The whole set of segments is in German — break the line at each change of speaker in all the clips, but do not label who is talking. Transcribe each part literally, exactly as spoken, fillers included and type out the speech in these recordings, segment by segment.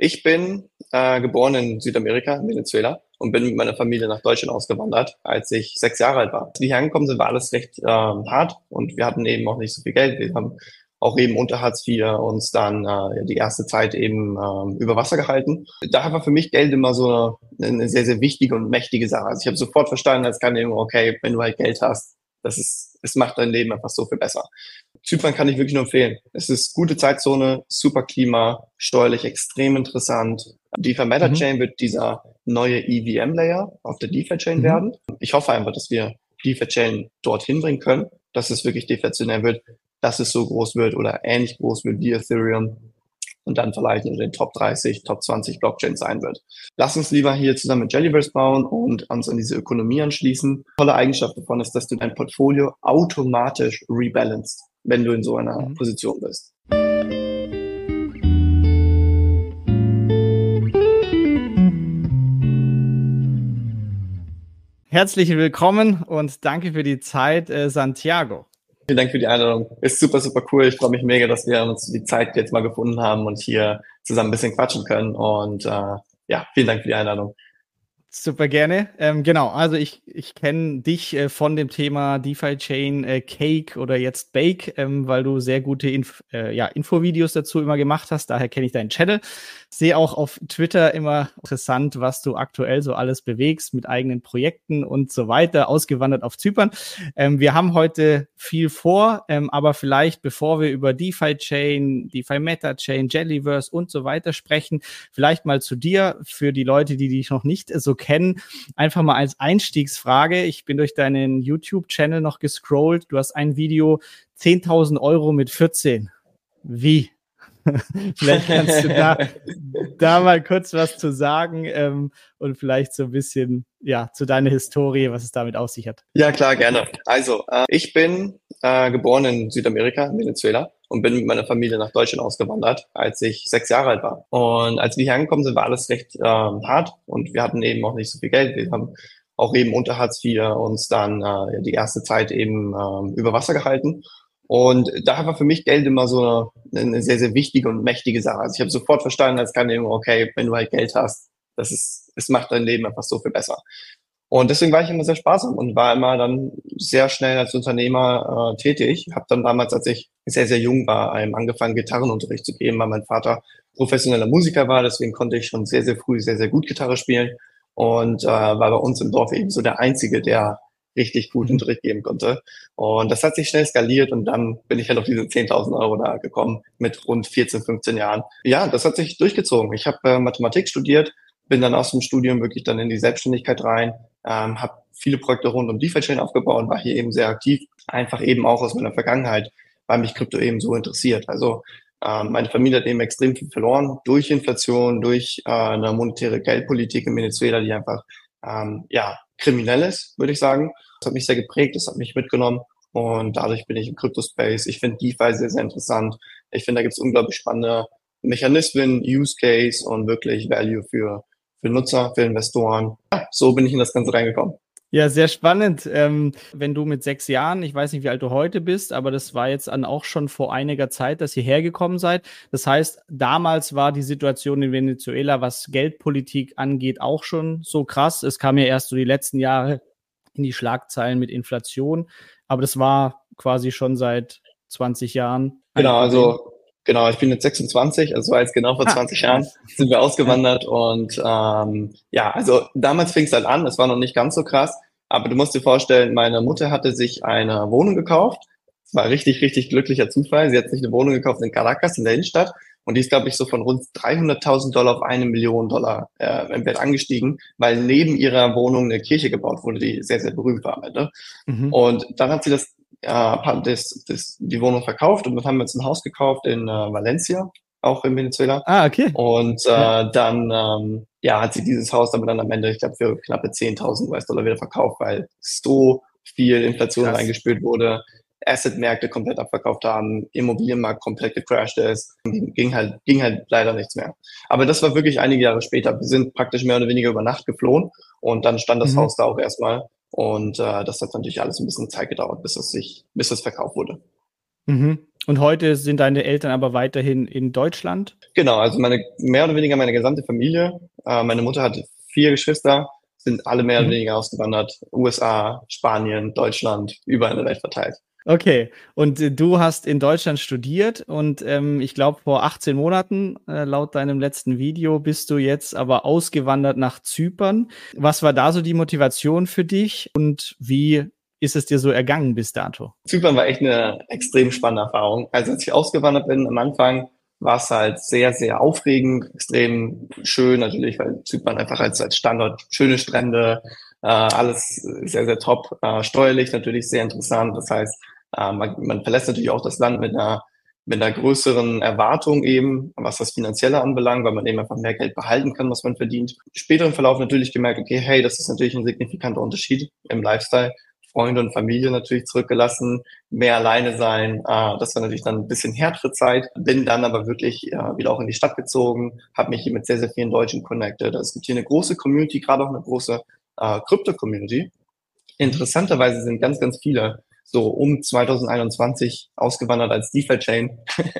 Ich bin äh, geboren in Südamerika, in Venezuela, und bin mit meiner Familie nach Deutschland ausgewandert, als ich sechs Jahre alt war. Als wir hier angekommen sind, war alles recht ähm, hart und wir hatten eben auch nicht so viel Geld. Wir haben auch eben unter Hartz vier uns dann äh, die erste Zeit eben ähm, über Wasser gehalten. Daher war für mich Geld immer so eine, eine sehr, sehr wichtige und mächtige Sache. Also ich habe sofort verstanden als kleiner Junge, okay, wenn du halt Geld hast, das ist, es macht dein Leben einfach so viel besser. Zypern kann ich wirklich nur empfehlen. Es ist gute Zeitzone, super Klima, steuerlich extrem interessant. DeFi Meta
Mhm.
Chain wird dieser neue E V M-Layer auf der DeFi Chain
Mhm.
werden. Ich hoffe einfach, dass wir DeFi Chain dorthin bringen können, dass es wirklich deflationär wird, dass es so groß wird oder ähnlich groß wird wie Ethereum und dann vielleicht unter den Top dreißig, Top zwanzig Blockchains sein wird. Lass uns lieber hier zusammen mit Jellyverse bauen und uns an diese Ökonomie anschließen. Tolle Eigenschaft davon ist, dass du dein Portfolio automatisch rebalanced, wenn du in so einer
Mhm.
Position bist.
Herzlich willkommen und danke für die Zeit, äh, Santiago.
Vielen Dank für die Einladung. Ist super, super cool. Ich freue mich mega, dass wir uns die Zeit jetzt mal gefunden haben und hier zusammen ein bisschen quatschen können. Und äh, ja, vielen Dank für die Einladung.
Super gerne. Ähm, genau, also ich, ich kenne dich äh, von dem Thema DeFi-Chain äh, Cake oder jetzt Bake, ähm, weil du sehr gute Inf äh, ja, Infovideos dazu immer gemacht hast. Daher kenne ich deinen Channel. Sehe auch auf Twitter immer interessant, was du aktuell so alles bewegst mit eigenen Projekten und so weiter, ausgewandert auf Zypern. Ähm, wir haben heute viel vor, ähm, aber vielleicht, bevor wir über DeFi-Chain, DeFi Meta Chain, Jellyverse und so weiter sprechen, vielleicht mal zu dir, für die Leute, die dich noch nicht so kennen, einfach mal als Einstiegsfrage. Ich bin durch deinen YouTube-Channel noch gescrollt. Du hast ein Video, zehntausend Euro mit vierzehn. Wie? Vielleicht kannst du da, da mal kurz was zu sagen ähm, und vielleicht so ein bisschen ja zu deiner Historie, was es damit auf sich hat.
Ja, klar, gerne. Also, äh, ich bin äh, geboren in Südamerika, in Venezuela, und bin mit meiner Familie nach Deutschland ausgewandert, als ich sechs Jahre alt war. Und als wir hier angekommen sind, war alles recht ähm, hart und wir hatten eben auch nicht so viel Geld. Wir haben auch eben unter Hartz vier uns dann äh, die erste Zeit eben ähm, über Wasser gehalten. Und daher war für mich Geld immer so eine, eine sehr, sehr wichtige und mächtige Sache. Also ich habe sofort verstanden als kleiner Junge, okay, wenn du halt Geld hast, das ist, es macht dein Leben einfach so viel besser. Und deswegen war ich immer sehr sparsam und war immer dann sehr schnell als Unternehmer äh, tätig. Habe dann damals, als ich sehr, sehr jung war, einem angefangen, Gitarrenunterricht zu geben, weil mein Vater professioneller Musiker war. Deswegen konnte ich schon sehr, sehr früh sehr, sehr gut Gitarre spielen und äh, war bei uns im Dorf eben so der Einzige, der richtig gut
Mhm.
Unterricht geben konnte. Und das hat sich schnell skaliert und dann bin ich halt auf diese zehntausend Euro da gekommen mit rund vierzehn, fünfzehn Jahren. Ja, das hat sich durchgezogen. Ich habe äh, Mathematik studiert, bin dann aus dem Studium wirklich dann in die Selbstständigkeit rein, ähm, habe viele Projekte rund um DeFi-Chain aufgebaut, war hier eben sehr aktiv, einfach eben auch aus meiner Vergangenheit, weil mich Krypto eben so interessiert. Also ähm, meine Familie hat eben extrem viel verloren durch Inflation, durch äh, eine monetäre Geldpolitik in Venezuela, die einfach ähm, ja kriminell ist, würde ich sagen. Das hat mich sehr geprägt, das hat mich mitgenommen und dadurch bin ich im Crypto-Space. Ich finde DeFi sehr, sehr interessant. Ich finde, da gibt es unglaublich spannende Mechanismen, Use Case und wirklich Value für für Nutzer, für Investoren. Ja, so bin ich in das Ganze reingekommen.
Ja, sehr spannend. Ähm, wenn du mit sechs Jahren, ich weiß nicht, wie alt du heute bist, aber das war jetzt dann auch schon vor einiger Zeit, dass ihr hergekommen seid. Das heißt, damals war die Situation in Venezuela, was Geldpolitik angeht, auch schon so krass. Es kam ja erst so die letzten Jahre in die Schlagzeilen mit Inflation, aber das war quasi schon seit zwanzig Jahren ein
Genau,
Problem.
also genau, ich bin jetzt sechsundzwanzig, also war jetzt genau vor
Ha,
zwanzig Jahren
nice.
sind wir
Ja.
ausgewandert und ähm, ja, also damals fing es halt an, es war noch nicht ganz so krass, aber du musst dir vorstellen, meine Mutter hatte sich eine Wohnung gekauft. Es war richtig, richtig glücklicher Zufall. Sie hat sich eine Wohnung gekauft in Caracas, in der Innenstadt, und die ist, glaube ich, so von rund dreihunderttausend Dollar auf eine Million Dollar äh, im Wert angestiegen, weil neben ihrer Wohnung eine Kirche gebaut wurde, die sehr, sehr berühmt war. Ne?
Mhm.
Und dann hat sie das, äh, das, das, die Wohnung verkauft und dann haben wir uns ein Haus gekauft in äh, Valencia, auch in Venezuela.
Ah, okay.
Und
Ja,
äh, dann ähm, ja, hat sie dieses Haus aber dann am Ende, ich glaube, für knappe zehntausend U S-Dollar wieder verkauft, weil so viel Inflation
krass.
reingespült wurde, Assetmärkte komplett abverkauft haben, Immobilienmarkt komplett gecrashed ist, ging halt, ging halt leider nichts mehr. Aber das war wirklich einige Jahre später. Wir sind praktisch mehr oder weniger über Nacht geflohen und dann stand das
Mhm.
Haus da auch erstmal. Und äh, das hat natürlich alles ein bisschen Zeit gedauert, bis es sich, bis es verkauft wurde.
Mhm. Und heute sind deine Eltern aber weiterhin in Deutschland?
Genau, also meine, mehr oder weniger meine gesamte Familie. Äh, meine Mutter hat vier Geschwister, sind alle mehr oder
Mhm.
weniger ausgewandert. U S A, Spanien, Deutschland, überall in der Welt verteilt.
Okay, und äh, du hast in Deutschland studiert und ähm, ich glaube vor achtzehn Monaten, äh, laut deinem letzten Video, bist du jetzt aber ausgewandert nach Zypern. Was war da so die Motivation für dich und wie ist es dir so ergangen bis dato?
Zypern war echt eine extrem spannende Erfahrung. Also als ich ausgewandert bin, am Anfang war es halt sehr, sehr aufregend, extrem schön natürlich, weil Zypern einfach als, als Standort, schöne Strände, äh, alles sehr, sehr top, äh, steuerlich natürlich sehr interessant. Das heißt, äh, man, man verlässt natürlich auch das Land mit einer, mit einer größeren Erwartung eben, was das Finanzielle anbelangt, weil man eben einfach mehr Geld behalten kann, was man verdient. Im späteren Verlauf natürlich gemerkt, okay, hey, das ist natürlich ein signifikanter Unterschied im Lifestyle. Freunde und Familie natürlich zurückgelassen, mehr alleine sein. Äh, das war natürlich dann ein bisschen härtere Zeit. Bin dann aber wirklich äh, wieder auch in die Stadt gezogen, habe mich hier mit sehr, sehr vielen Deutschen connected. Es gibt hier eine große Community, gerade auch eine große äh, Krypto-Community.
Mhm.
Interessanterweise sind ganz, ganz viele so um zwanzig einundzwanzig ausgewandert als DeFi-Chain,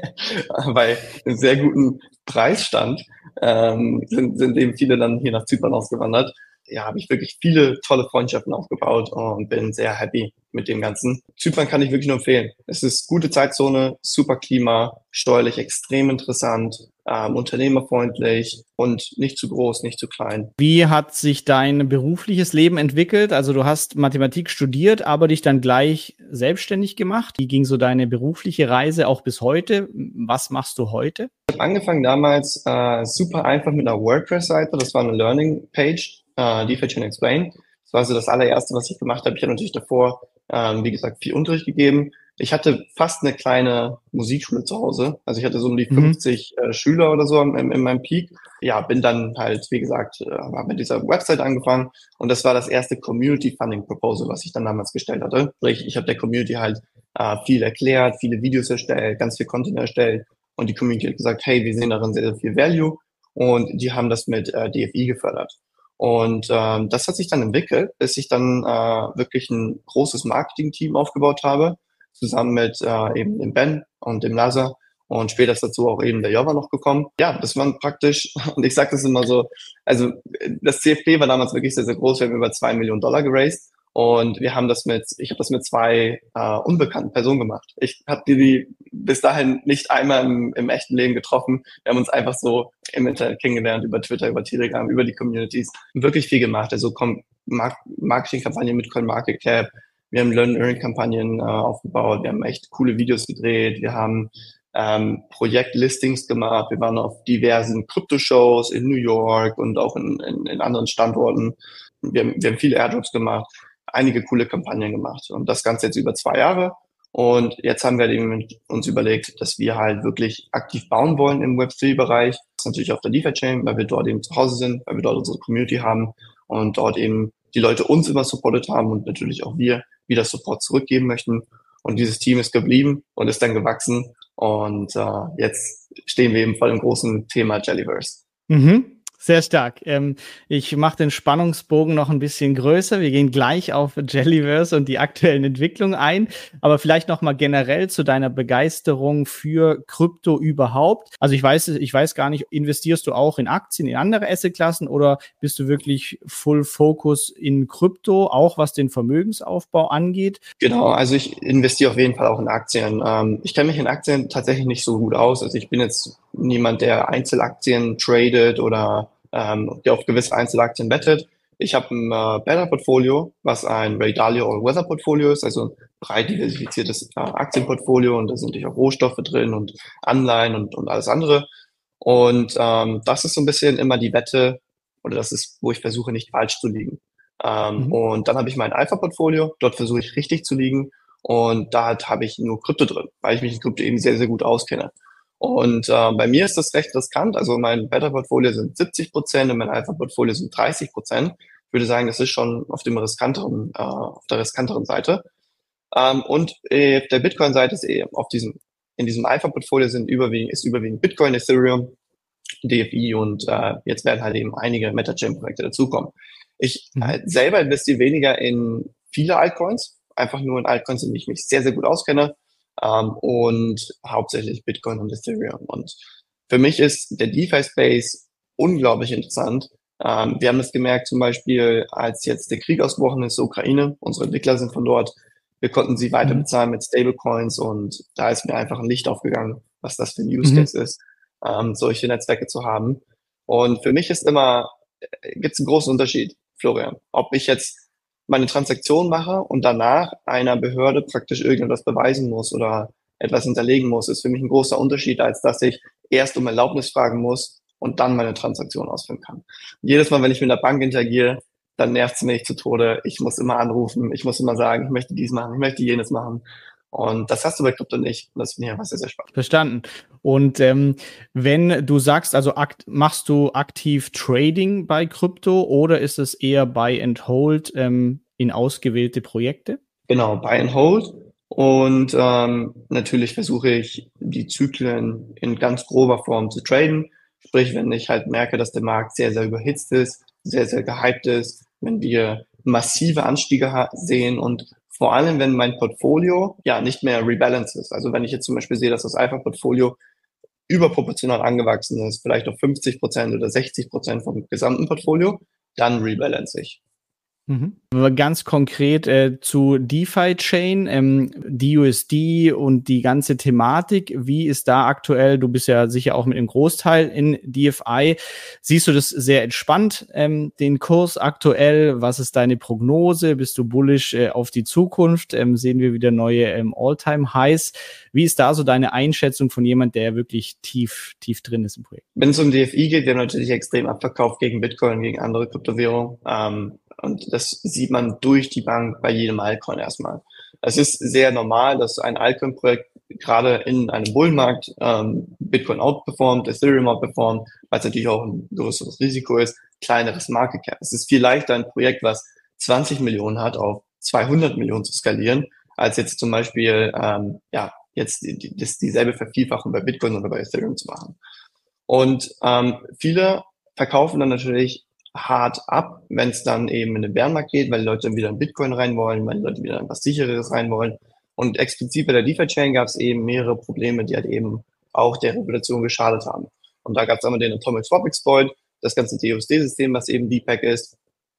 bei einem sehr guten Preisstand ähm, sind, sind eben viele dann hier nach Zypern ausgewandert. Ja, habe ich wirklich viele tolle Freundschaften aufgebaut und bin sehr happy mit dem Ganzen. Zypern kann ich wirklich nur empfehlen. Es ist gute Zeitzone, super Klima, steuerlich extrem interessant, ähm, unternehmerfreundlich und nicht zu groß, nicht zu klein.
Wie hat sich dein berufliches Leben entwickelt? Also du hast Mathematik studiert, aber dich dann gleich selbstständig gemacht. Wie ging so deine berufliche Reise auch bis heute? Was machst du heute?
Ich habe angefangen damals äh, super einfach mit einer WordPress-Seite. Das war eine Learning-Page, äh, DeFi Explain. Das war so das allererste, was ich gemacht habe. Ich habe natürlich davor, ähm, wie gesagt, viel Unterricht gegeben. Ich hatte fast eine kleine Musikschule zu Hause. Also ich hatte so um die
Mhm.
fünfzig äh, Schüler oder so in, in meinem Peak. Ja, bin dann halt, wie gesagt, äh, habe mit dieser Website angefangen und das war das erste Community Funding Proposal, was ich dann damals gestellt hatte. Sprich, ich habe der Community halt äh, viel erklärt, viele Videos erstellt, ganz viel Content erstellt und die Community hat gesagt, hey, wir sehen darin sehr, sehr viel Value und die haben das mit äh, D F I gefördert. Und ähm, das hat sich dann entwickelt, bis ich dann äh, wirklich ein großes Marketing-Team aufgebaut habe, zusammen mit äh, eben dem Ben und dem Lazar. Und später ist dazu auch eben der Jova noch gekommen. Ja, das waren praktisch, und ich sage das immer so, also das C F P war damals wirklich sehr, sehr groß. Wir haben über zwei Millionen Dollar geraced. Und wir haben das mit, ich habe das mit zwei äh, unbekannten Personen gemacht. Ich habe die, die bis dahin nicht einmal im, im echten Leben getroffen. Wir haben uns einfach so im Internet kennengelernt, über Twitter, über Telegram, über die Communities. Wirklich viel gemacht. Also Mark Marketingkampagnen mit CoinMarketCap. Wir haben Learn-Earn-Kampagnen äh, aufgebaut. Wir haben echt coole Videos gedreht. Wir haben ähm, Projektlistings gemacht. Wir waren auf diversen Krypto-Shows in New York und auch in, in, in anderen Standorten. Wir haben, wir haben viele Airdrops gemacht, einige coole Kampagnen gemacht und das Ganze jetzt über zwei Jahre. Und jetzt haben wir eben uns überlegt, dass wir halt wirklich aktiv bauen wollen im Web drei Bereich. Das ist natürlich auf der DeFi-Chain, weil wir dort eben zu Hause sind, weil wir dort unsere Community haben und dort eben die Leute uns immer supportet haben und natürlich auch wir wieder Support zurückgeben möchten. Und dieses Team ist geblieben und ist dann gewachsen. Und äh, jetzt stehen wir eben vor dem großen Thema Jellyverse.
Mhm. Sehr stark. Ähm, ich mache den Spannungsbogen noch ein bisschen größer. Wir gehen gleich auf Jellyverse und die aktuellen Entwicklungen ein. Aber vielleicht noch mal generell zu deiner Begeisterung für Krypto überhaupt. Also ich weiß, ich weiß gar nicht, investierst du auch in Aktien, in andere Assetklassen oder bist du wirklich Full Focus in Krypto, auch was den Vermögensaufbau angeht?
Genau, also ich investiere auf jeden Fall auch in Aktien. Ähm, ich kenne mich in Aktien tatsächlich nicht so gut aus. Also ich bin jetzt niemand, der Einzelaktien tradet oder ähm, der auf gewisse Einzelaktien wettet. Ich habe ein äh, Beta-Portfolio, was ein Ray Dalio All-Weather-Portfolio ist, also ein breit diversifiziertes äh, Aktienportfolio und da sind natürlich auch Rohstoffe drin und Anleihen und, und alles andere. Und ähm, das ist so ein bisschen immer die Wette oder das ist, wo ich versuche, nicht falsch zu liegen. Ähm,
Mhm.
und dann habe ich mein Alpha-Portfolio, dort versuche ich richtig zu liegen und da habe ich nur Krypto drin, weil ich mich in Krypto eben sehr, sehr gut auskenne. Und äh, bei mir ist das recht riskant. Also mein Beta-Portfolio sind siebzig Prozent und mein Alpha-Portfolio sind dreißig Prozent. Ich würde sagen, das ist schon auf dem riskanteren, äh, auf der riskanteren Seite. Ähm, und äh, auf der Bitcoin-Seite ist eh auf diesem, in diesem Alpha-Portfolio sind überwiegend, ist überwiegend Bitcoin, Ethereum, D F I und äh, jetzt werden halt eben einige Meta-Chain-Projekte dazukommen. Ich
Mhm.
äh, selber investiere weniger in viele Altcoins, einfach nur in Altcoins, in die ich mich sehr, sehr gut auskenne. ähm, und hauptsächlich Bitcoin und Ethereum. Und für mich ist der DeFi-Space unglaublich interessant. Ähm, wir haben das gemerkt zum Beispiel, als jetzt der Krieg ausgebrochen ist, Ukraine, unsere Entwickler sind von dort, wir konnten sie weiter
Mhm.
bezahlen mit Stablecoins und da ist mir einfach ein Licht aufgegangen, was das für ein Use
Mhm.
Case ist, ähm, solche Netzwerke zu haben. Und für mich ist immer, gibt es einen großen Unterschied, Florian, ob ich jetzt meine Transaktion mache und danach einer Behörde praktisch irgendetwas beweisen muss oder etwas hinterlegen muss, ist für mich ein großer Unterschied, als dass ich erst um Erlaubnis fragen muss und dann meine Transaktion ausführen kann. Jedes Mal, wenn ich mit der Bank interagiere, dann nervt es mich zu Tode. Ich muss immer anrufen, ich muss immer sagen, ich möchte dies machen, ich möchte jenes machen. Und das hast du bei Krypto nicht. Und das finde ich einfach sehr, sehr spannend.
Verstanden. Und ähm, wenn du sagst, also akt machst du aktiv Trading bei Krypto oder ist es eher Buy and Hold ähm, in ausgewählte Projekte?
Genau, Buy and Hold. Und ähm, natürlich versuche ich, die Zyklen in ganz grober Form zu traden. Sprich, wenn ich halt merke, dass der Markt sehr, sehr überhitzt ist, sehr, sehr gehypt ist, wenn wir massive Anstiege sehen und vor allem, wenn mein Portfolio ja nicht mehr rebalanced ist. Also wenn ich jetzt zum Beispiel sehe, dass das Alpha-Portfolio überproportional angewachsen ist, vielleicht auf fünfzig Prozent oder sechzig Prozent vom gesamten Portfolio, dann rebalance ich.
Mhm. Aber ganz konkret äh, zu DeFi-Chain, ähm, D U S D und die ganze Thematik, wie ist da aktuell, du bist ja sicher auch mit einem Großteil in D F I, siehst du das sehr entspannt, ähm, den Kurs aktuell, was ist deine Prognose, bist du bullish äh, auf die Zukunft, ähm, sehen wir wieder neue ähm, All-Time-Highs, wie ist da so deine Einschätzung von jemand, der wirklich tief, tief drin ist im Projekt?
Wenn es um D F I geht, wir haben natürlich extrem abverkauft gegen Bitcoin, gegen andere Kryptowährungen. Ähm, und das sieht man durch die Bank bei jedem Altcoin erstmal. Es ist sehr normal, dass ein Altcoin-Projekt gerade in einem Bullenmarkt ähm, Bitcoin outperformt, Ethereum outperformt, weil es natürlich auch ein größeres Risiko ist, kleineres Market Cap. Es ist viel leichter, ein Projekt, was zwanzig Millionen hat, auf zweihundert Millionen zu skalieren, als jetzt zum Beispiel ähm, ja jetzt die, die, das dieselbe Vervielfachung bei Bitcoin oder bei Ethereum zu machen. Und ähm, viele verkaufen dann natürlich hart ab, wenn es dann eben in den Bärenmarkt geht, weil die Leute dann wieder in Bitcoin rein wollen, weil die Leute wieder in was Sicheres rein wollen. Und explizit bei der DeFi-Chain gab es eben mehrere Probleme, die halt eben auch der Regulation geschadet haben. Und da gab es einmal den Atomic Swap Exploit, das ganze D U S D-System, was eben D PEG ist.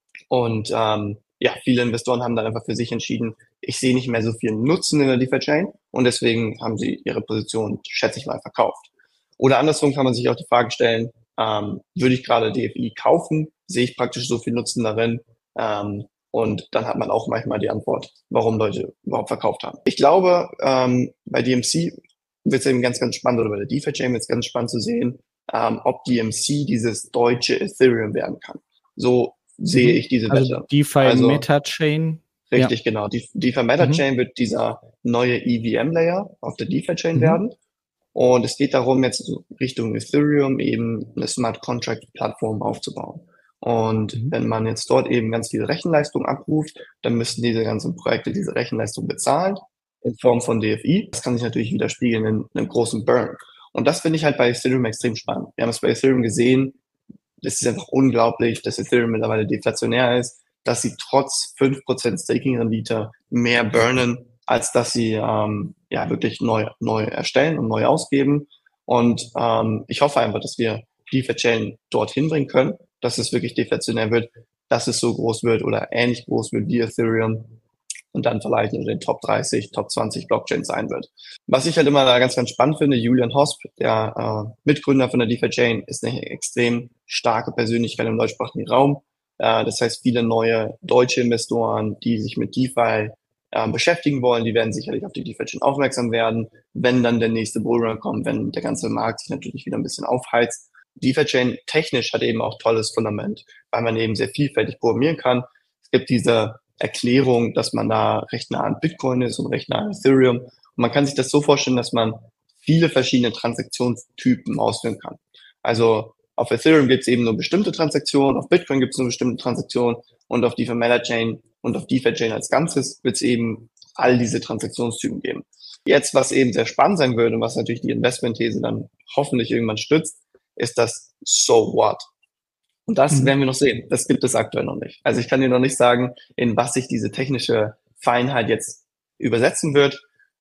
Und ähm, ja, viele Investoren haben dann einfach für sich entschieden, ich sehe nicht mehr so viel Nutzen in der DeFi-Chain und deswegen haben sie ihre Position, schätze ich mal, verkauft. Oder andersrum kann man sich auch die Frage stellen, ähm, würde ich gerade D F I kaufen? Sehe ich praktisch so viel Nutzen darin? Ähm, und dann hat man auch manchmal die Antwort, warum Leute überhaupt verkauft haben. Ich glaube, ähm, bei D M C wird es eben ganz, ganz spannend, oder bei der DeFi-Chain wird es ganz spannend zu sehen, ähm, ob D M C dieses deutsche Ethereum werden kann. So sehe
Mhm.
ich diese
Also
Wette.
DeFi
Also
Meta-Chain. Ja.
richtig, genau. Die DeFi Meta
Mhm.
Chain wird dieser neue E V M-Layer auf der DeFi Chain
Mhm.
werden. Und es geht darum, jetzt Richtung Ethereum eben eine Smart Contract Plattform aufzubauen. Und
Mhm.
wenn man jetzt dort eben ganz viel Rechenleistung abruft, dann müssen diese ganzen Projekte diese Rechenleistung bezahlen in Form von D F I. Das kann sich natürlich widerspiegeln in einem großen Burn. Und das finde ich halt bei Ethereum extrem spannend. Wir haben es bei Ethereum gesehen, es ist einfach unglaublich, dass Ethereum mittlerweile deflationär ist, dass sie trotz fünf Prozent Staking-Rendite mehr burnen, als dass sie ähm, ja wirklich neu, neu erstellen und neu ausgeben. Und ähm, ich hoffe einfach, dass wir DeFi-Chain dorthin bringen können, dass es wirklich deflationär wird, dass es so groß wird oder ähnlich groß wird wie Ethereum und dann vielleicht in den Top dreißig, Top zwanzig Blockchains sein wird. Was ich halt immer da ganz, ganz spannend finde, Julian Hosp, der äh, Mitgründer von der DeFi-Chain, ist eine extrem starke Persönlichkeit im deutschsprachigen Raum. Äh, das heißt, viele neue deutsche Investoren, die sich mit DeFi äh, beschäftigen wollen, die werden sicherlich auf die DeFi-Chain aufmerksam werden, wenn dann der nächste Bullrun kommt, wenn der ganze Markt sich natürlich wieder ein bisschen aufheizt. DeFi-Chain technisch hat eben auch tolles Fundament, weil man eben sehr vielfältig programmieren kann. Es gibt diese Erklärung, dass man da recht nah an Bitcoin ist und recht nah an Ethereum. Und man kann sich das so vorstellen, dass man viele verschiedene Transaktionstypen ausführen kann. Also auf Ethereum gibt es eben nur bestimmte Transaktionen, auf Bitcoin gibt es nur bestimmte Transaktionen und auf DeFi Meta Chain und auf DeFi Chain als Ganzes wird es eben all diese Transaktionstypen geben. Jetzt, was eben sehr spannend sein würde und was natürlich die Investmentthese dann hoffentlich irgendwann stützt, ist das So What? Und das
Mhm.
werden wir noch sehen. Das gibt es aktuell noch nicht. Also ich kann dir noch nicht sagen, in was sich diese technische Feinheit jetzt übersetzen wird.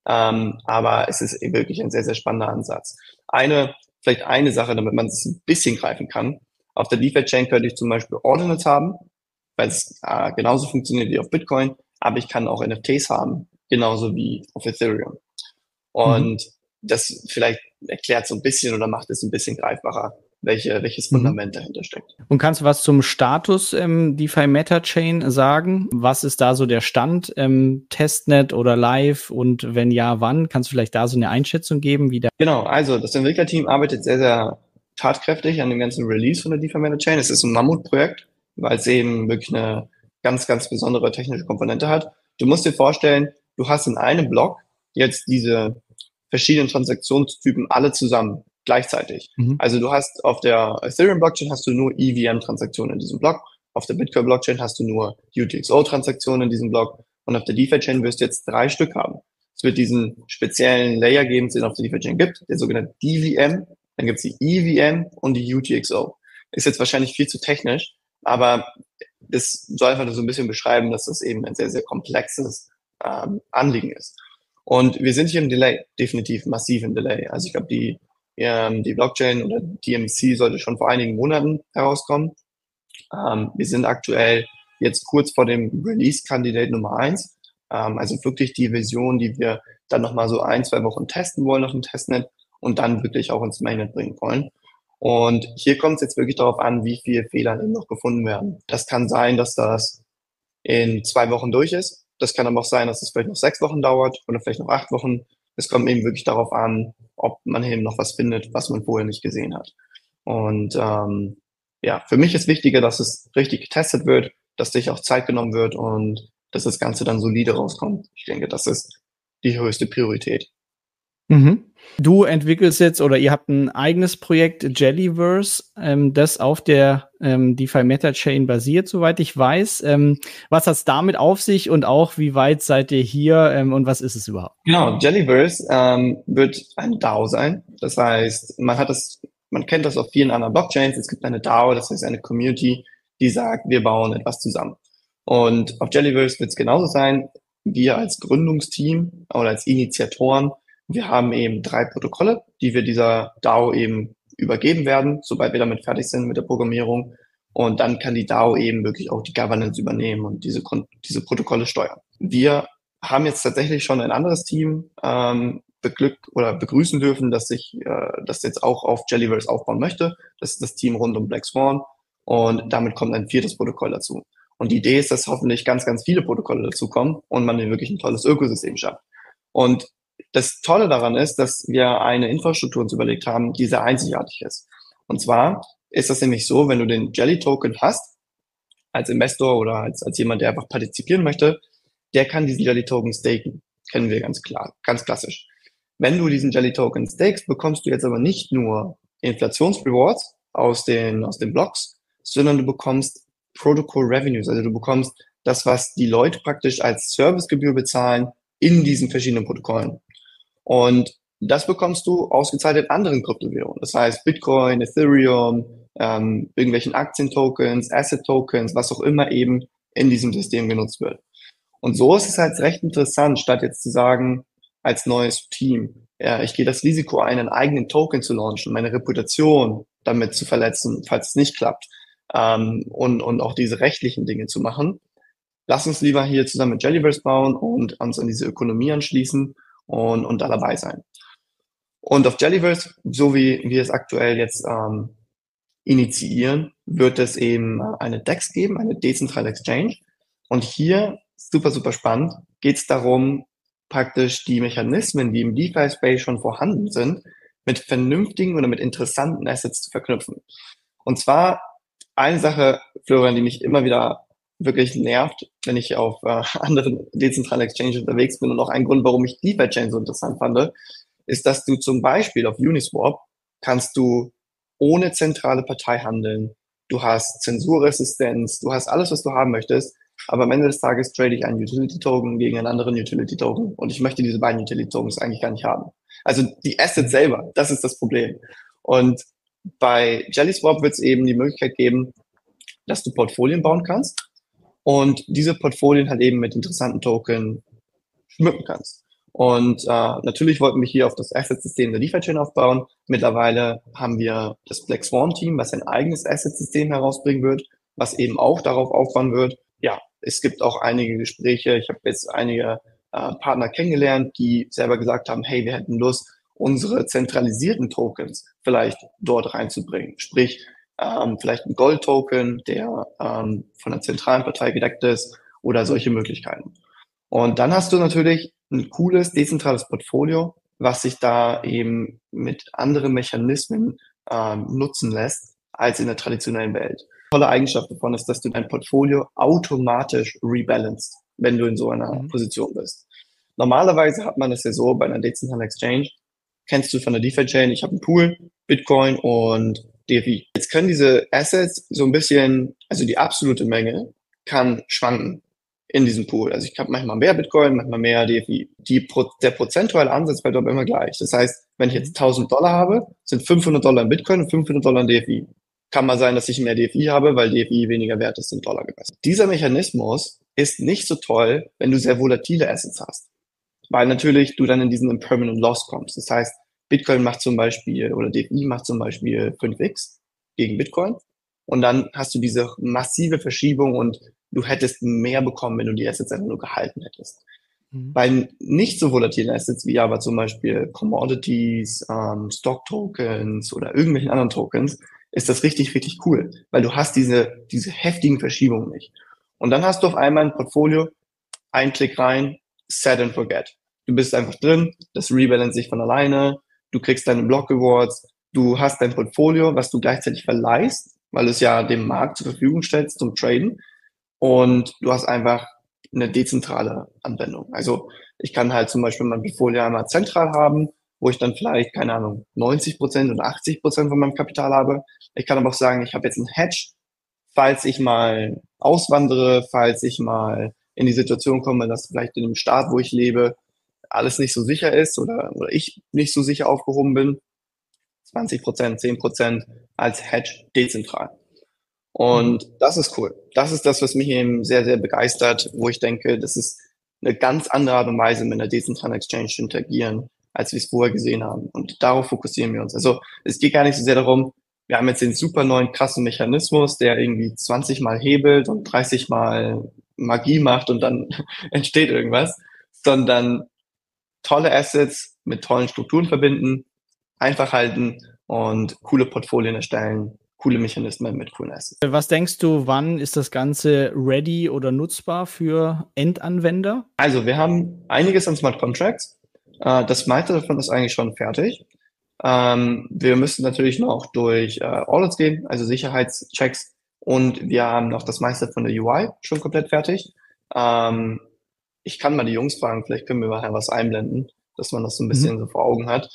Ähm, aber es ist wirklich ein sehr, sehr spannender Ansatz. Eine, vielleicht eine Sache, damit man es ein bisschen greifen kann. Auf der DeFi-Chain könnte ich zum Beispiel Ordinals haben, weil es äh, genauso funktioniert wie auf Bitcoin, aber ich kann auch N F Ts haben, genauso wie auf Ethereum.
Mhm.
Und das vielleicht erklärt so ein bisschen oder macht es ein bisschen greifbarer, welche, welches
Mhm.
Fundament dahinter steckt.
Und kannst du was zum Status ähm, DeFi Meta Chain sagen? Was ist da so der Stand? Ähm, Testnet oder live? Und wenn ja, wann? Kannst du vielleicht da so eine Einschätzung geben, wie da?
Genau, also das Entwicklerteam arbeitet sehr, sehr tatkräftig an dem ganzen Release von der DeFi Meta Chain. Es ist ein Mammutprojekt, weil es eben wirklich eine ganz, ganz besondere technische Komponente hat. Du musst dir vorstellen, du hast in einem Block jetzt diese verschiedenen Transaktionstypen alle zusammen gleichzeitig.
Mhm.
Also du hast auf der Ethereum Blockchain hast du nur E V M-Transaktionen in diesem Block, auf der Bitcoin Blockchain hast du nur U T X O-Transaktionen in diesem Block und auf der DeFi Chain wirst du jetzt drei Stück haben. Es wird diesen speziellen Layer geben, den es auf der DeFi-Chain gibt, der sogenannte D V M, dann gibt es die E V M und die U T X O. Ist jetzt wahrscheinlich viel zu technisch, aber das soll einfach nur so ein bisschen beschreiben, dass das eben ein sehr, sehr komplexes ähm, Anliegen ist. Und wir sind hier im Delay, definitiv massiv im Delay. Also ich glaube, die, ähm, die Blockchain oder D M C sollte schon vor einigen Monaten herauskommen. Ähm, wir sind aktuell jetzt kurz vor dem Release-Kandidat Nummer eins. Ähm, also wirklich die Version, die wir dann nochmal so ein, zwei Wochen testen wollen auf dem Testnet und dann wirklich auch ins Mainnet bringen wollen. Und hier kommt es jetzt wirklich darauf an, wie viele Fehler eben noch gefunden werden. Das kann sein, dass das in zwei Wochen durch ist. Das kann aber auch sein, dass es vielleicht noch sechs Wochen dauert oder vielleicht noch acht Wochen. Es kommt eben wirklich darauf an, ob man eben noch was findet, was man vorher nicht gesehen hat. Und ähm, ja, für mich ist wichtiger, dass es richtig getestet wird, dass sich auch Zeit genommen wird und dass das Ganze dann solide rauskommt. Ich denke, das ist die höchste Priorität.
Mhm. Du entwickelst jetzt oder ihr habt ein eigenes Projekt Jellyverse, ähm, das auf der ähm, DeFi Meta Chain basiert, soweit ich weiß. Ähm, was hat's damit auf sich und auch wie weit seid ihr hier ähm, und was ist es überhaupt?
Genau, Jellyverse ähm, wird ein DAO sein. Das heißt, man hat das, man kennt das auf vielen anderen Blockchains. Es gibt eine DAO, das heißt eine Community, die sagt, wir bauen etwas zusammen. Und auf Jellyverse wird es genauso sein. Wir als Gründungsteam oder als Initiatoren, wir haben eben drei Protokolle, die wir dieser DAO eben übergeben werden, sobald wir damit fertig sind mit der Programmierung. Und dann kann die DAO eben wirklich auch die Governance übernehmen und diese, diese Protokolle steuern. Wir haben jetzt tatsächlich schon ein anderes Team ähm, beglückt oder begrüßen dürfen, dass sich äh, das jetzt auch auf Jellyverse aufbauen möchte. Das ist das Team rund um Black Swan und damit kommt ein viertes Protokoll dazu. Und die Idee ist, dass hoffentlich ganz, ganz viele Protokolle dazukommen und man wirklich ein tolles Ökosystem schafft. Und das Tolle daran ist, dass wir eine Infrastruktur uns überlegt haben, die sehr einzigartig ist. Und zwar ist das nämlich so, wenn du den Jelly Token hast, als Investor oder als, als jemand, der einfach partizipieren möchte, der kann diesen Jelly Token staken. Kennen wir ganz klar, ganz klassisch. Wenn du diesen Jelly Token stakest, bekommst du jetzt aber nicht nur Inflationsrewards aus den, aus den Blocks, sondern du bekommst Protocol Revenues. Also du bekommst das, was die Leute praktisch als Servicegebühr bezahlen in diesen verschiedenen Protokollen. Und das bekommst du ausgezahlt in anderen Kryptowährungen. Das heißt Bitcoin, Ethereum, ähm, irgendwelchen Aktientokens, Asset-Tokens, was auch immer eben in diesem System genutzt wird. Und so ist es halt recht interessant, statt jetzt zu sagen, als neues Team, ja, ich gehe das Risiko ein, einen eigenen Token zu launchen, meine Reputation damit zu verletzen, falls es nicht klappt, ähm, und, und auch diese rechtlichen Dinge zu machen. Lass uns lieber hier zusammen mit Jellyverse bauen und uns an diese Ökonomie anschließen und, und da dabei sein. Und auf Jellyverse, so wie wir es aktuell jetzt ähm, initiieren, wird es eben eine D E X geben, eine dezentrale Exchange. Und hier, super, super spannend, geht es darum, praktisch die Mechanismen, die im DeFi-Space schon vorhanden sind, mit vernünftigen oder mit interessanten Assets zu verknüpfen. Und zwar eine Sache, Florian, die mich immer wieder wirklich nervt, wenn ich auf äh, anderen dezentralen Exchanges unterwegs bin und auch ein Grund, warum ich DeFi-Chain so interessant fand, ist, dass du zum Beispiel auf Uniswap kannst du ohne zentrale Partei handeln. Du hast Zensurresistenz, du hast alles, was du haben möchtest. Aber am Ende des Tages trade ich einen Utility-Token gegen einen anderen Utility-Token. Und ich möchte diese beiden Utility-Tokens eigentlich gar nicht haben. Also die Assets selber, das ist das Problem. Und bei JellySwap wird es eben die Möglichkeit geben, dass du Portfolien bauen kannst und diese Portfolien halt eben mit interessanten Token schmücken kannst. Und äh, natürlich wollten wir hier auf das Asset-System der DeFi-Chain aufbauen. Mittlerweile haben wir das Black Swan-Team, was ein eigenes Asset-System herausbringen wird, was eben auch darauf aufbauen wird. Ja, es gibt auch einige Gespräche. Ich habe jetzt einige äh, Partner kennengelernt, die selber gesagt haben, hey, wir hätten Lust, unsere zentralisierten Tokens vielleicht dort reinzubringen. Sprich, ähm, vielleicht ein Gold-Token, der ähm, von einer zentralen Partei gedeckt ist oder solche Möglichkeiten. Und dann hast du natürlich ein cooles, dezentrales Portfolio, was sich da eben mit anderen Mechanismen ähm, nutzen lässt als in der traditionellen Welt. Tolle Eigenschaft davon ist, dass du dein Portfolio automatisch rebalanced, wenn du in so einer mhm. Position bist. Normalerweise hat man das ja so bei einer dezentralen Exchange, kennst du von der DeFi-Chain, ich habe einen Pool, Bitcoin und D F I. Jetzt können diese Assets so ein bisschen, also die absolute Menge kann schwanken in diesem Pool. Also ich habe manchmal mehr Bitcoin, manchmal mehr D F I. Die Pro, der prozentuale Ansatz bleibt aber immer gleich. Das heißt, wenn ich jetzt tausend Dollar habe, sind fünfhundert Dollar in Bitcoin und fünfhundert Dollar in D F I. Kann mal sein, dass ich mehr D F I habe, weil D F I weniger wert ist in Dollar gemessen. Dieser Mechanismus ist nicht so toll, wenn du sehr volatile Assets hast. Weil natürlich du dann in diesen Impermanent Loss kommst. Das heißt, Bitcoin macht zum Beispiel oder D F I macht zum Beispiel fünf x gegen Bitcoin. Und dann hast du diese massive Verschiebung und du hättest mehr bekommen, wenn du die Assets einfach nur gehalten hättest. Mhm. Bei nicht so volatilen Assets wie aber zum Beispiel Commodities, ähm, Stock-Tokens oder irgendwelchen anderen Tokens, ist das richtig, richtig cool, weil du hast diese, diese heftigen Verschiebungen nicht. Und dann hast du auf einmal ein Portfolio, ein Klick rein, set and forget. Du bist einfach drin, das rebalance sich von alleine, du kriegst deine Block Rewards, du hast dein Portfolio, was du gleichzeitig verleihst, weil du es ja dem Markt zur Verfügung stellst zum Traden. Und du hast einfach eine dezentrale Anwendung. Also ich kann halt zum Beispiel mein Portfolio einmal zentral haben, wo ich dann vielleicht, keine Ahnung, neunzig Prozent oder achtzig Prozent von meinem Kapital habe. Ich kann aber auch sagen, ich habe jetzt einen Hedge, falls ich mal auswandere, falls ich mal in die Situation komme, dass vielleicht in dem Staat, wo ich lebe, alles nicht so sicher ist oder, oder ich nicht so sicher aufgehoben bin. zwanzig Prozent, zehn Prozent als Hedge dezentral. Und das ist cool. Das ist das, was mich eben sehr, sehr begeistert, wo ich denke, das ist eine ganz andere Art und Weise, mit einer dezentralen Exchange zu interagieren, als wir es vorher gesehen haben. Und darauf fokussieren wir uns. Also es geht gar nicht so sehr darum, wir haben jetzt den super neuen krassen Mechanismus, der irgendwie zwanzig Mal hebelt und dreißig Mal Magie macht und dann entsteht irgendwas, sondern tolle Assets mit tollen Strukturen verbinden, einfach halten und coole Portfolien erstellen, coole Mechanismen mit coolen Assets.
Was denkst du, wann ist das Ganze ready oder nutzbar für Endanwender?
Also wir haben einiges an Smart Contracts. Das meiste davon ist eigentlich schon fertig. Wir müssen natürlich noch durch Audits gehen, also Sicherheitschecks. Und wir haben noch das meiste von der U I schon komplett fertig. Ich kann mal die Jungs fragen, vielleicht können wir nachher was einblenden, dass man das so ein bisschen mhm. so vor Augen hat.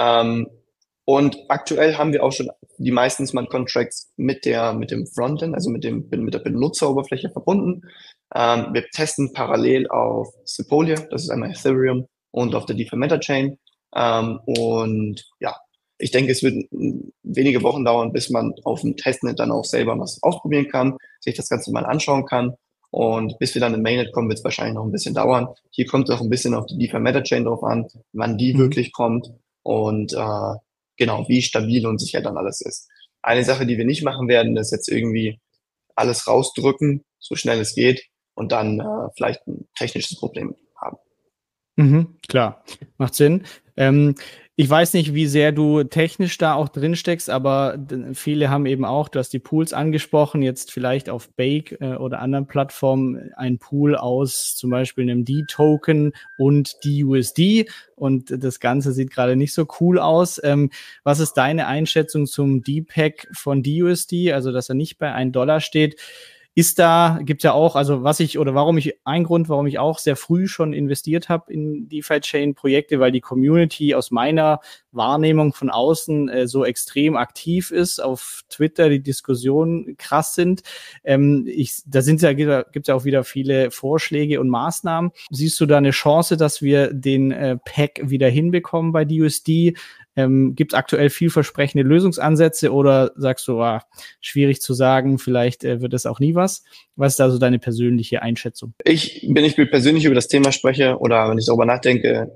Und aktuell haben wir auch schon die meisten Smart Contracts mit der, mit dem Frontend, also mit dem, mit der Benutzeroberfläche verbunden. Ähm, wir testen parallel auf Sepolia, das ist einmal Ethereum, und auf der DeFi Meta Chain. Ähm, und ja, ich denke, es wird wenige Wochen dauern, bis man auf dem Testnet dann auch selber was ausprobieren kann, sich das Ganze mal anschauen kann. Und bis wir dann in Mainnet kommen, wird es wahrscheinlich noch ein bisschen dauern. Hier kommt es auch ein bisschen auf die DeFi Meta Chain drauf an, wann die mhm. wirklich kommt. Und äh, genau, wie stabil und sicher dann alles ist. Eine Sache, die wir nicht machen werden, ist jetzt irgendwie alles rausdrücken, so schnell es geht, und dann äh, vielleicht ein technisches Problem haben.
Mhm, klar, macht Sinn. Ähm, ich weiß nicht, wie sehr du technisch da auch drin steckst, aber d- viele haben eben auch, du hast die Pools angesprochen, jetzt vielleicht auf Bake äh, oder anderen Plattformen ein Pool aus zum Beispiel einem D-Token und D U S D, und das Ganze sieht gerade nicht so cool aus. Ähm, was ist deine Einschätzung zum D-Pack von D U S D, also dass er nicht bei einem Dollar steht? Ist da, gibt's ja auch, also was ich, oder warum ich, ein Grund, warum ich auch sehr früh schon investiert habe in DeFi-Chain-Projekte, weil die Community aus meiner Wahrnehmung von außen äh, so extrem aktiv ist, auf Twitter die Diskussionen krass sind. Ähm, ich, da sind ja, gibt's ja auch wieder viele Vorschläge und Maßnahmen. Siehst du da eine Chance, dass wir den äh, Pack wieder hinbekommen bei D U S D? Ähm, gibt es aktuell vielversprechende Lösungsansätze oder sagst du, ah, schwierig zu sagen, vielleicht äh, wird es auch nie was? Was ist da so deine persönliche Einschätzung?
Ich, wenn ich persönlich über das Thema spreche oder wenn ich darüber nachdenke,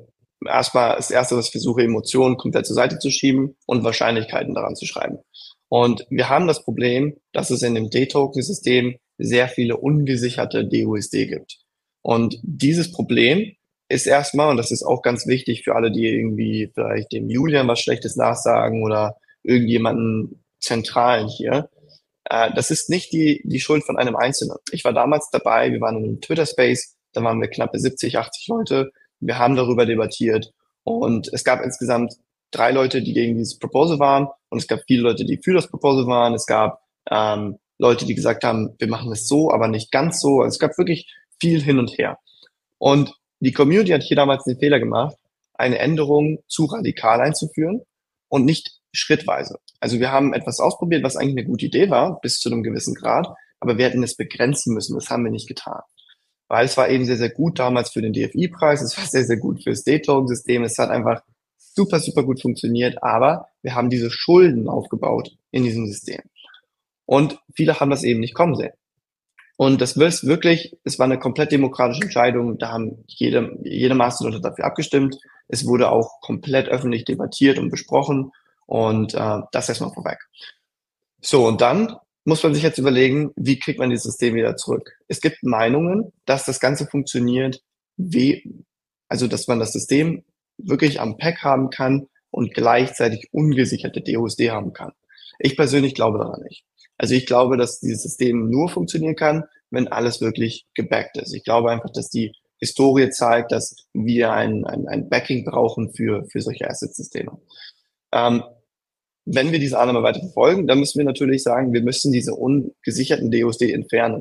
erstmal das Erste, was ich versuche, Emotionen komplett zur Seite zu schieben und Wahrscheinlichkeiten daran zu schreiben. Und wir haben das Problem, dass es in dem D-Token-System sehr viele ungesicherte D U S D gibt. Und dieses Problem ist erstmal, und das ist auch ganz wichtig für alle, die irgendwie vielleicht dem Julian was Schlechtes nachsagen oder irgendjemanden Zentralen hier, äh, das ist nicht die, die Schuld von einem Einzelnen. Ich war damals dabei, wir waren in einem Twitter-Space, da waren wir knappe siebzig, achtzig Leute, wir haben darüber debattiert und es gab insgesamt drei Leute, die gegen dieses Proposal waren und es gab viele Leute, die für das Proposal waren. Es gab ähm, Leute, die gesagt haben, wir machen es so, aber nicht ganz so. Also es gab wirklich viel hin und her. Und die Community hat hier damals den Fehler gemacht, eine Änderung zu radikal einzuführen und nicht schrittweise. Also wir haben etwas ausprobiert, was eigentlich eine gute Idee war, bis zu einem gewissen Grad, aber wir hätten es begrenzen müssen. Das haben wir nicht getan. Weil es war eben sehr, sehr gut damals für den D F I-Preis, es war sehr, sehr gut für das D-Token-System, es hat einfach super, super gut funktioniert, aber wir haben diese Schulden aufgebaut in diesem System. Und viele haben das eben nicht kommen sehen. Und das ist wirklich, es war eine komplett demokratische Entscheidung, da haben jede, jede Mastodon dafür abgestimmt. Es wurde auch komplett öffentlich debattiert und besprochen und äh, das erstmal vorweg. So, und dann muss man sich jetzt überlegen, wie kriegt man dieses System wieder zurück? Es gibt Meinungen, dass das Ganze funktioniert, wie, also dass man das System wirklich am Pack haben kann und gleichzeitig ungesicherte D U S D haben kann. Ich persönlich glaube daran nicht. Also ich glaube, dass dieses System nur funktionieren kann, wenn alles wirklich gebackt ist. Ich glaube einfach, dass die Historie zeigt, dass wir ein, ein, ein Backing brauchen für, für solche Asset-Systeme. Ähm, wenn wir diese Annahme weiter verfolgen, dann müssen wir natürlich sagen, wir müssen diese ungesicherten D U S D entfernen.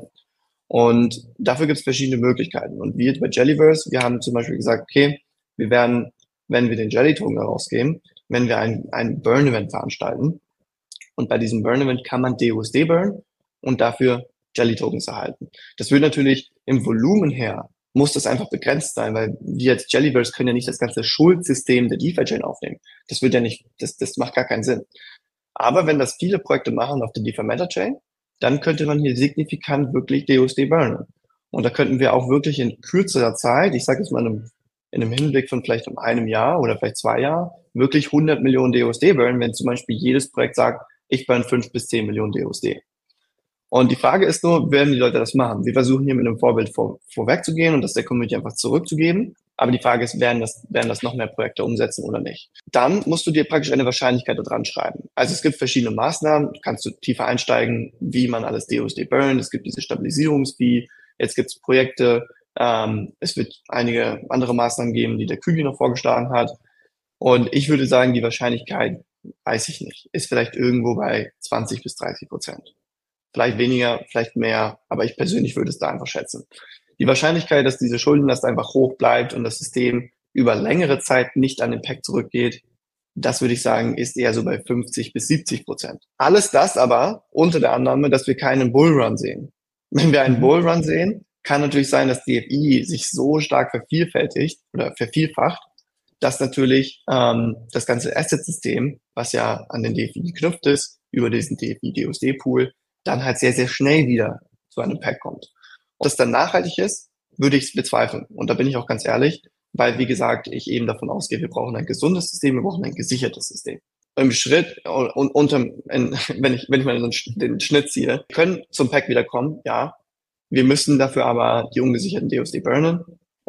Und dafür gibt es verschiedene Möglichkeiten. Und wir bei Jellyverse, wir haben zum Beispiel gesagt, okay, wir werden, wenn wir den Jelly-Token herausgeben, wenn wir ein, ein Burn-Event veranstalten, und bei diesem Burn-Event kann man D U S D burn und dafür Jelly-Tokens erhalten. Das wird natürlich im Volumen her, muss das einfach begrenzt sein, weil wir als Jellyverse können ja nicht das ganze Schuldsystem der DeFi-Chain aufnehmen. Das wird ja nicht, das, das macht gar keinen Sinn. Aber wenn das viele Projekte machen auf der DeFi-Meta-Chain, dann könnte man hier signifikant wirklich D U S D burnen. Und da könnten wir auch wirklich in kürzerer Zeit, ich sage jetzt mal in einem, in einem Hinblick von vielleicht um einem Jahr oder vielleicht zwei Jahren, wirklich hundert Millionen D U S D burnen, wenn zum Beispiel jedes Projekt sagt, ich burn fünf bis zehn Millionen D U S D. Und die Frage ist nur, werden die Leute das machen? Wir versuchen hier mit einem Vorbild vor, vorwegzugehen und das der Community einfach zurückzugeben. Aber die Frage ist, werden das, werden das noch mehr Projekte umsetzen oder nicht? Dann musst du dir praktisch eine Wahrscheinlichkeit da dran schreiben. Also es gibt verschiedene Maßnahmen, kannst du tiefer einsteigen, wie man alles D U S D burnt. Es gibt diese Stabilisierungsfee, jetzt gibt es Projekte, ähm, es wird einige andere Maßnahmen geben, die der Kügi noch vorgeschlagen hat. Und ich würde sagen, die Wahrscheinlichkeit, weiß ich nicht, ist vielleicht irgendwo bei zwanzig bis dreißig Prozent. Vielleicht weniger, vielleicht mehr, aber ich persönlich würde es da einfach schätzen. Die Wahrscheinlichkeit, dass diese Schuldenlast einfach hoch bleibt und das System über längere Zeit nicht an den Pack zurückgeht, das würde ich sagen, ist eher so bei fünfzig bis siebzig Prozent. Alles das aber unter der Annahme, dass wir keinen Bullrun sehen. Wenn wir einen Bullrun sehen, kann natürlich sein, dass D F I sich so stark vervielfältigt oder vervielfacht, dass natürlich ähm, das ganze Asset-System, was ja an den D F I geknüpft ist, über diesen D F I D U S D-Pool, dann halt sehr, sehr schnell wieder zu einem Pack kommt. Ob das dann nachhaltig ist, würde ich bezweifeln. Und da bin ich auch ganz ehrlich, weil, wie gesagt, ich eben davon ausgehe, wir brauchen ein gesundes System, wir brauchen ein gesichertes System. Im Schritt und unterm, in, wenn ich, wenn ich mal so den Schnitt ziehe, können zum Pack wieder kommen, ja. Wir müssen dafür aber die ungesicherten D U S D burnen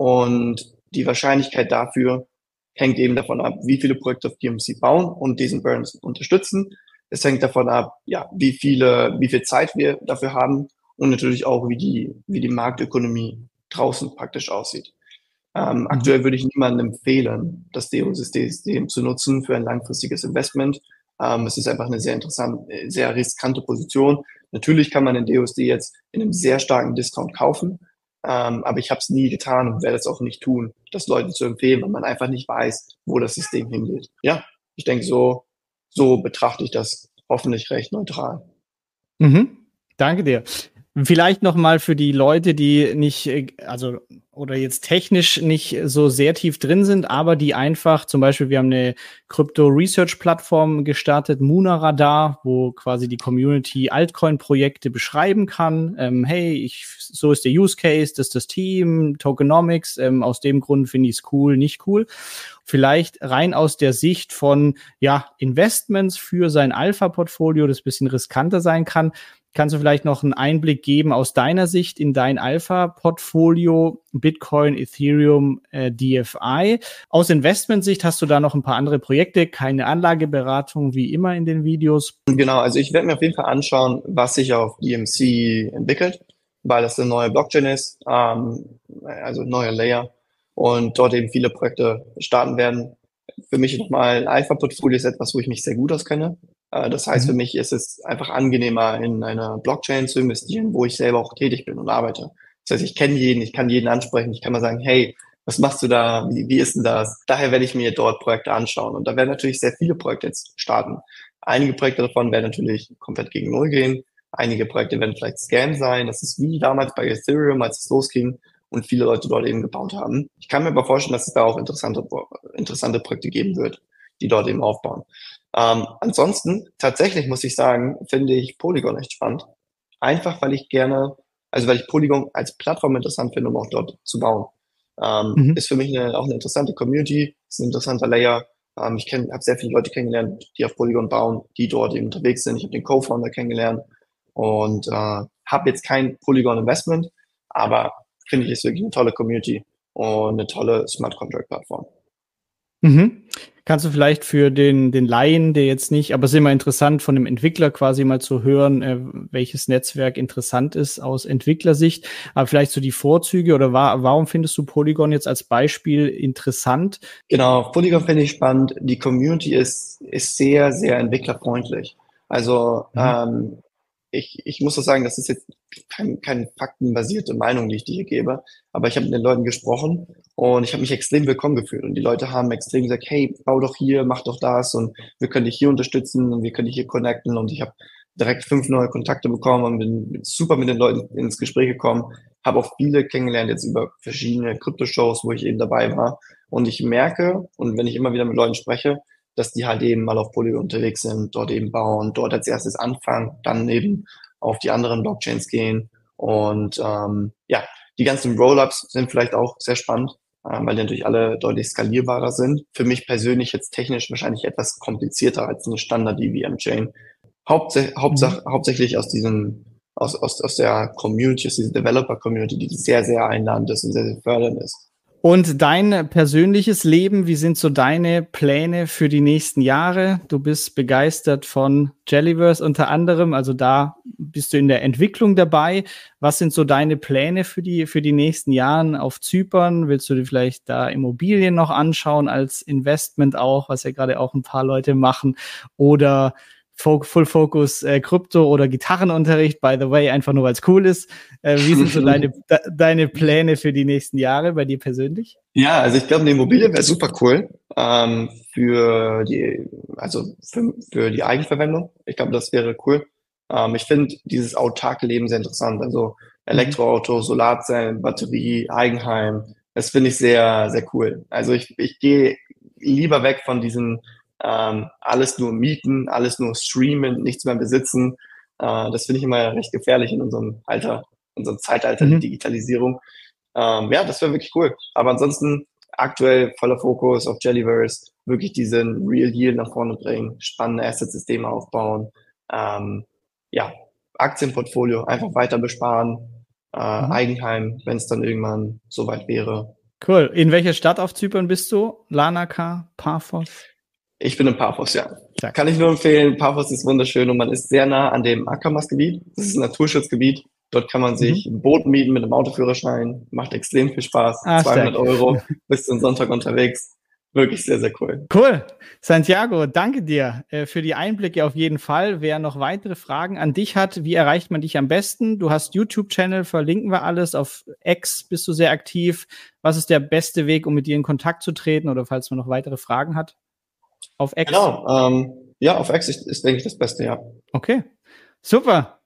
und die Wahrscheinlichkeit dafür hängt eben davon ab, wie viele Projekte auf D M C bauen und diesen Burn unterstützen. Es hängt davon ab, ja, wie viele, wie viel Zeit wir dafür haben und natürlich auch, wie die, wie die Marktökonomie draußen praktisch aussieht. Ähm, mhm. Aktuell würde ich niemandem empfehlen, das D U S D-System zu nutzen für ein langfristiges Investment. Ähm, es ist einfach eine sehr interessante, sehr riskante Position. Natürlich kann man den D U S D jetzt in einem sehr starken Discount kaufen, ähm, aber ich habe es nie getan und werde es auch nicht tun, das Leuten zu empfehlen, weil man einfach nicht weiß, wo das System hingeht. Ja, ich denke, so so betrachte ich das hoffentlich recht neutral.
Mhm. Danke dir. Vielleicht noch mal für die Leute, die nicht, also oder jetzt technisch nicht so sehr tief drin sind, aber die einfach, zum Beispiel, wir haben eine Crypto-Research-Plattform gestartet, Munaradar, wo quasi die Community Altcoin-Projekte beschreiben kann. Ähm, hey, ich, so ist der Use Case, das ist das Team, Tokenomics, ähm, aus dem Grund finde ich es cool, nicht cool. Vielleicht rein aus der Sicht von, ja, Investments für sein Alpha-Portfolio, das ein bisschen riskanter sein kann. Kannst du vielleicht noch einen Einblick geben aus deiner Sicht in dein Alpha-Portfolio, Bitcoin, Ethereum, äh, D F I? Aus Investmentsicht hast du da noch ein paar andere Projekte, keine Anlageberatung wie immer in den Videos.
Genau, also ich werde mir auf jeden Fall anschauen, was sich auf E M C entwickelt, weil das eine neue Blockchain ist, ähm, also ein neuer Layer und dort eben viele Projekte starten werden. Für mich nochmal ein Alpha-Portfolio ist etwas, wo ich mich sehr gut auskenne. Äh, das heißt,
Mhm.
für mich ist es einfach angenehmer, in eine Blockchain zu investieren, wo ich selber auch tätig bin und arbeite. Das heißt, ich kenne jeden, ich kann jeden ansprechen, ich kann mal sagen, hey, was machst du da? Wie, wie ist denn das? Daher werde ich mir dort Projekte anschauen. Und da werden natürlich sehr viele Projekte jetzt starten. Einige Projekte davon werden natürlich komplett gegen Null gehen. Einige Projekte werden vielleicht Scam sein. Das ist wie damals bei Ethereum, als es losging und viele Leute dort eben gebaut haben. Ich kann mir aber vorstellen, dass es da auch interessante, interessante Projekte geben wird, die dort eben aufbauen. Ähm, ansonsten, tatsächlich muss ich sagen, finde ich Polygon echt spannend. Einfach, weil ich gerne, also weil ich Polygon als Plattform interessant finde, um auch dort zu bauen. Ähm,
Mhm.
ist für mich eine, auch eine interessante Community, ist ein interessanter Layer. Ähm, ich habe sehr viele Leute kennengelernt, die auf Polygon bauen, die dort eben unterwegs sind. Ich habe den Co-Founder kennengelernt und äh, habe jetzt kein Polygon-Investment, aber finde ich, ist wirklich eine tolle Community und eine tolle Smart Contract-Plattform.
Mhm. Kannst du vielleicht für den, den Laien, der jetzt nicht, aber es ist immer interessant, von dem Entwickler quasi mal zu hören, äh, welches Netzwerk interessant ist aus Entwicklersicht, aber vielleicht so die Vorzüge oder wa warum findest du Polygon jetzt als Beispiel interessant?
Genau, Polygon finde ich spannend. Die Community ist, ist sehr, sehr entwicklerfreundlich. Also
Mhm.
ähm, ich, ich muss auch sagen, das ist jetzt kein, keine faktenbasierte Meinung, die ich dir hier gebe, aber ich habe mit den Leuten gesprochen und ich habe mich extrem willkommen gefühlt. Und die Leute haben extrem gesagt, hey, bau doch hier, mach doch das und wir können dich hier unterstützen und wir können dich hier connecten. Und ich habe direkt fünf neue Kontakte bekommen und bin super mit den Leuten ins Gespräch gekommen. Habe auch viele kennengelernt jetzt über verschiedene Krypto-Shows, wo ich eben dabei war. Und ich merke, und wenn ich immer wieder mit Leuten spreche, dass die halt eben mal auf Polygon unterwegs sind, dort eben bauen, dort als erstes anfangen, dann eben auf die anderen Blockchains gehen. Und ähm, ja, die ganzen Rollups sind vielleicht auch sehr spannend, äh, weil die natürlich alle deutlich skalierbarer sind. Für mich persönlich jetzt technisch wahrscheinlich etwas komplizierter als eine Standard-E V M-Chain. Hauptsä
Mhm.
Hauptsach hauptsächlich aus diesem, aus, aus, aus der Community, aus dieser Developer-Community, die sehr, sehr einladend ist und sehr, sehr fördernd ist.
Und dein persönliches Leben, wie sind so deine Pläne für die nächsten Jahre? Du bist begeistert von Jellyverse unter anderem, also da bist du in der Entwicklung dabei. Was sind so deine Pläne für die, für die nächsten Jahren auf Zypern? Willst du dir vielleicht da Immobilien noch anschauen als Investment auch, was ja gerade auch ein paar Leute machen? Oder Full Focus äh, Krypto oder Gitarrenunterricht, by the way, einfach nur weil es cool ist. Äh, wie sind so deine, de, deine Pläne für die nächsten Jahre bei dir persönlich?
Ja, also ich glaube, eine Immobilie wäre super cool ähm, für die, also für, für die Eigenverwendung. Ich glaube, das wäre cool. Ähm, ich finde dieses autarke Leben sehr interessant. Also
Mhm.
Elektroauto, Solarzellen, Batterie, Eigenheim. Das finde ich sehr, sehr cool. Also ich, ich gehe lieber weg von diesen ähm, alles nur mieten, alles nur streamen, nichts mehr besitzen. Äh, das finde ich immer recht gefährlich in unserem Alter, unserem Zeitalter der
Mhm.
Digitalisierung. Ähm, ja, das wäre wirklich cool. Aber ansonsten aktuell voller Fokus auf Jellyverse, wirklich diesen Real Yield nach vorne bringen, spannende Asset-Systeme aufbauen, ähm, ja, Aktienportfolio einfach weiter besparen, äh,
Mhm.
Eigenheim, wenn es dann irgendwann soweit wäre.
Cool. In welcher Stadt auf Zypern bist du? Larnaca, Paphos?
Ich bin in Paphos, ja.
Zack.
Kann ich nur empfehlen. Paphos ist wunderschön und man ist sehr nah an dem Akamas-Gebiet. Das ist ein Naturschutzgebiet. Dort kann man
Mhm.
sich ein Boot mieten mit einem Autoführerschein. Macht extrem viel Spaß.
Ah,
zweihundert
stark.
Euro bis zum Sonntag unterwegs. Wirklich sehr, sehr cool.
Cool. Santiago, danke dir äh, für die Einblicke auf jeden Fall. Wer noch weitere Fragen an dich hat, wie erreicht man dich am besten? Du hast YouTube-Channel, verlinken wir alles. Auf X bist du sehr aktiv. Was ist der beste Weg, um mit dir in Kontakt zu treten oder falls man noch weitere Fragen hat? Auf X?
Genau. Ähm, ja, auf X ist, ist, denke ich, das Beste, ja.
Okay. Super.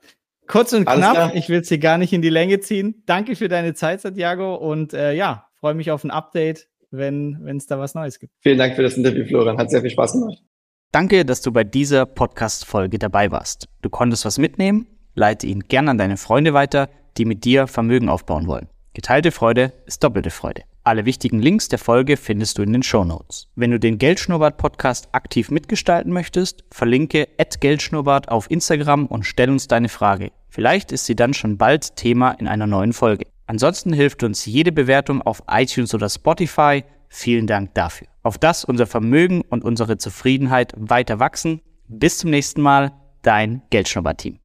Kurz und
Alles
knapp,
klar.
Ich will es hier gar nicht in die Länge ziehen. Danke für deine Zeit, Santiago, und äh, ja, freue mich auf ein Update, wenn es da was Neues gibt.
Vielen Dank für das Interview, Florian. Hat sehr viel Spaß gemacht.
Danke, dass du bei dieser Podcast-Folge dabei warst. Du konntest was mitnehmen? Leite ihn gern an deine Freunde weiter, die mit dir Vermögen aufbauen wollen. Geteilte Freude ist doppelte Freude. Alle wichtigen Links der Folge findest du in den Shownotes. Wenn du den Geldschnurrbart-Podcast aktiv mitgestalten möchtest, verlinke at geldschnurrbart auf Instagram und stell uns deine Frage. Vielleicht ist sie dann schon bald Thema in einer neuen Folge. Ansonsten hilft uns jede Bewertung auf iTunes oder Spotify. Vielen Dank dafür. Auf dass unser Vermögen und unsere Zufriedenheit weiter wachsen. Bis zum nächsten Mal, dein Geldschnurrbart-Team.